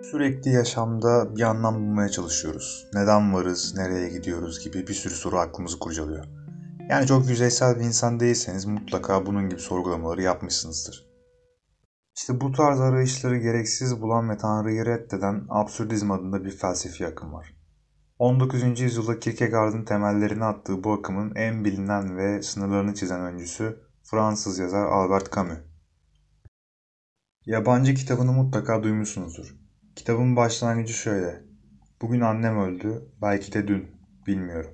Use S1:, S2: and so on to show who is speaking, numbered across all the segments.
S1: Sürekli yaşamda bir anlam bulmaya çalışıyoruz. Neden varız, nereye gidiyoruz gibi bir sürü soru aklımızı kurcalıyor. Yani çok yüzeysel bir insan değilseniz mutlaka bunun gibi sorgulamaları yapmışsınızdır. İşte bu tarz arayışları gereksiz bulan ve Tanrı'yı reddeden absürdizm adında bir felsefi akım var. 19. yüzyılda Kierkegaard'ın temellerini attığı bu akımın en bilinen ve sınırlarını çizen öncüsü Fransız yazar Albert Camus. Yabancı kitabını mutlaka duymuşsunuzdur. Kitabın başlangıcı şöyle. Bugün annem öldü, belki de dün, bilmiyorum.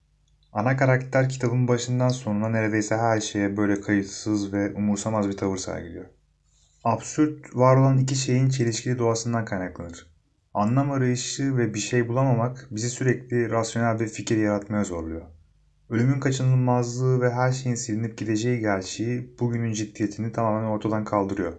S1: Ana karakter kitabın başından sonuna neredeyse her şeye böyle kayıtsız ve umursamaz bir tavır sergiliyor. Absürt, var olan iki şeyin çelişkili doğasından kaynaklanır. Anlam arayışı ve bir şey bulamamak bizi sürekli rasyonel bir fikir yaratmaya zorluyor. Ölümün kaçınılmazlığı ve her şeyin silinip gideceği gerçeği bugünün ciddiyetini tamamen ortadan kaldırıyor.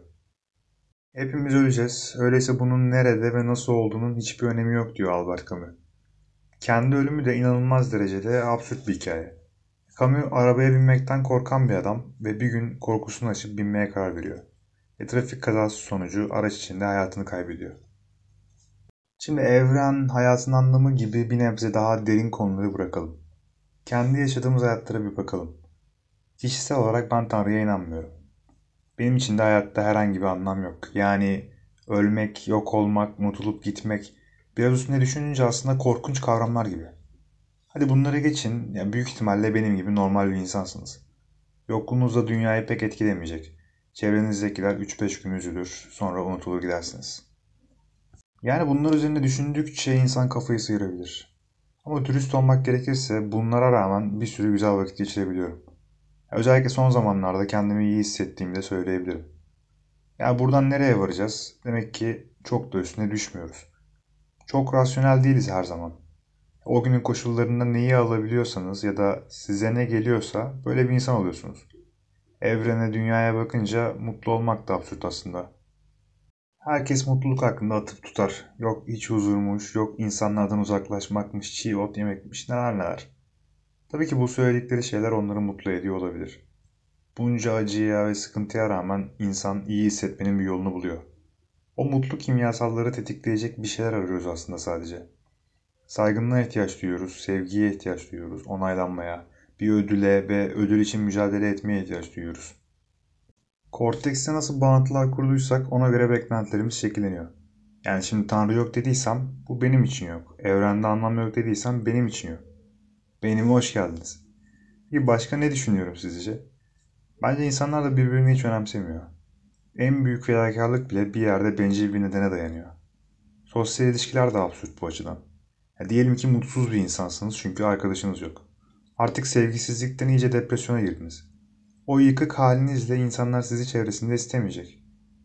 S1: Hepimiz öleceğiz. Öyleyse bunun nerede ve nasıl olduğunun hiçbir önemi yok diyor Albert Camus. Kendi ölümü de inanılmaz derecede absürt bir hikaye. Camus arabaya binmekten korkan bir adam ve bir gün korkusunu aşıp binmeye karar veriyor. Trafik kazası sonucu araç içinde hayatını kaybediyor. Şimdi evren, hayatın anlamı gibi bir nebze daha derin konuları bırakalım. Kendi yaşadığımız hayatlara bir bakalım. Kişisel olarak ben Tanrı'ya inanmıyorum. Benim için de hayatta herhangi bir anlam yok. Yani ölmek, yok olmak, unutulup gitmek biraz üstüne düşününce aslında korkunç kavramlar gibi. Hadi bunları geçin. Yani büyük ihtimalle benim gibi normal bir insansınız. Yokluğunuz da dünyayı pek etkilemeyecek. Çevrenizdekiler 3-5 gün üzülür, sonra unutulur gidersiniz. Yani bunlar üzerine düşündükçe insan kafayı sıyırabilir. Ama dürüst olmak gerekirse bunlara rağmen bir sürü güzel vakit geçirebiliyorum. Özellikle son zamanlarda kendimi iyi hissettiğimde söyleyebilirim. Yani buradan nereye varacağız? Demek ki çok da üstüne düşmüyoruz. Çok rasyonel değiliz her zaman. O günün koşullarında neyi alabiliyorsanız ya da size ne geliyorsa böyle bir insan oluyorsunuz. Evrene, dünyaya bakınca mutlu olmak da absürt aslında. Herkes mutluluk hakkında atıp tutar. Yok iç huzurmuş, yok insanlardan uzaklaşmakmış, çiğ ot yemekmiş, neler neler. Tabii ki bu söyledikleri şeyler onları mutlu ediyor olabilir. Bunca acıya ve sıkıntıya rağmen insan iyi hissetmenin bir yolunu buluyor. O mutlu kimyasalları tetikleyecek bir şeyler arıyoruz aslında sadece. Saygınlığa ihtiyaç duyuyoruz, sevgiye ihtiyaç duyuyoruz, onaylanmaya, bir ödüle ve ödül için mücadele etmeye ihtiyaç duyuyoruz. Kortekste nasıl bağıntılar kurduysak ona göre beklentilerimiz şekilleniyor. Yani şimdi Tanrı yok dediysem bu benim için yok. Evrende anlam yok dediysem benim için yok. Beynime hoş geldiniz. Bir başka ne düşünüyorum sizce? Bence insanlar da birbirini hiç önemsemiyor. En büyük fedakarlık bile bir yerde bencil bir nedene dayanıyor. Sosyal ilişkiler de absürt bu açıdan. Ya diyelim ki mutsuz bir insansınız çünkü arkadaşınız yok. Artık sevgisizlikten iyice depresyona girdiniz. O yıkık halinizle insanlar sizi çevresinde istemeyecek.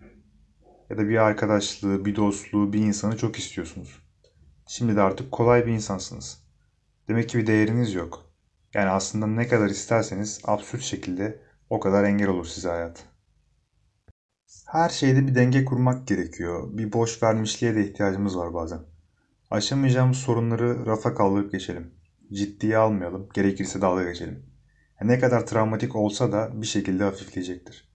S1: Ya da bir arkadaşlığı, bir dostluğu, bir insanı çok istiyorsunuz. Şimdi de artık kolay bir insansınız. Demek ki bir değeriniz yok. Yani aslında ne kadar isterseniz absürt şekilde o kadar engel olur size hayat. Her şeyde bir denge kurmak gerekiyor. Bir boş vermişliğe de ihtiyacımız var bazen. Aşamayacağımız sorunları rafa kaldırıp geçelim. Ciddiye almayalım, gerekirse dalga geçelim. Ne kadar travmatik olsa da bir şekilde hafifleyecektir.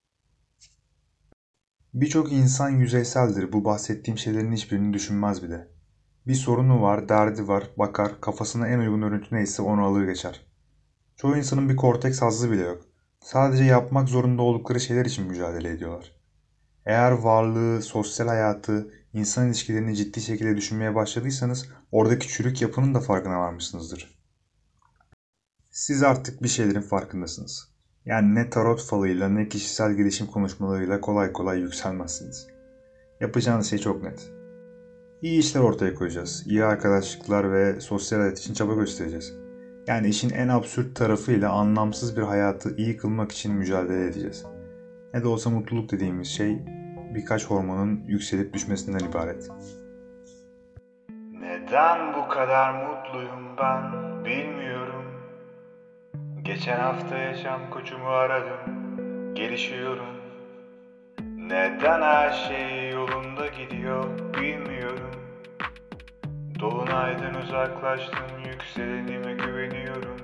S1: Birçok insan yüzeyseldir. Bu bahsettiğim şeylerin hiçbirini düşünmez bile. Bir sorunu var, derdi var, bakar, kafasına en uygun örüntü neyse onu alır geçer. Çoğu insanın bir korteks hazzı bile yok. Sadece yapmak zorunda oldukları şeyler için mücadele ediyorlar. Eğer varlığı, sosyal hayatı, insan ilişkilerini ciddi şekilde düşünmeye başladıysanız oradaki çürük yapının da farkına varmışsınızdır. Siz artık bir şeylerin farkındasınız. Yani ne tarot falıyla ne kişisel gelişim konuşmalarıyla kolay kolay yükselmezsiniz. Yapacağınız şey çok net. İyi işler ortaya koyacağız. İyi arkadaşlıklar ve sosyal hayat için çaba göstereceğiz. Yani işin en absürt tarafıyla anlamsız bir hayatı iyi kılmak için mücadele edeceğiz. Ne de olsa mutluluk dediğimiz şey birkaç hormonun yükselip düşmesinden ibaret. Neden bu kadar mutluyum ben bilmiyorum. Geçen hafta yaşam koçumu aradım, gelişiyorum. Neden her şey yolunda gidiyor bilmiyorum. Dolunaydan uzaklaştım, yükselenime güveniyorum.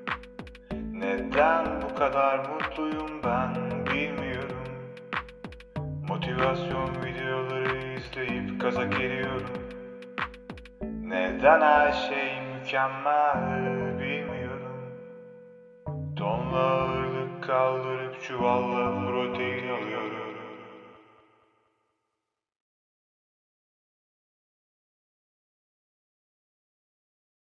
S1: Neden bu kadar mutluyum ben bilmiyorum. Motivasyon videoları isteyip gaza geliyorum. Neden her şey mükemmel bilmiyorum. Tonla ağırlık kaldırıp çuvalla vur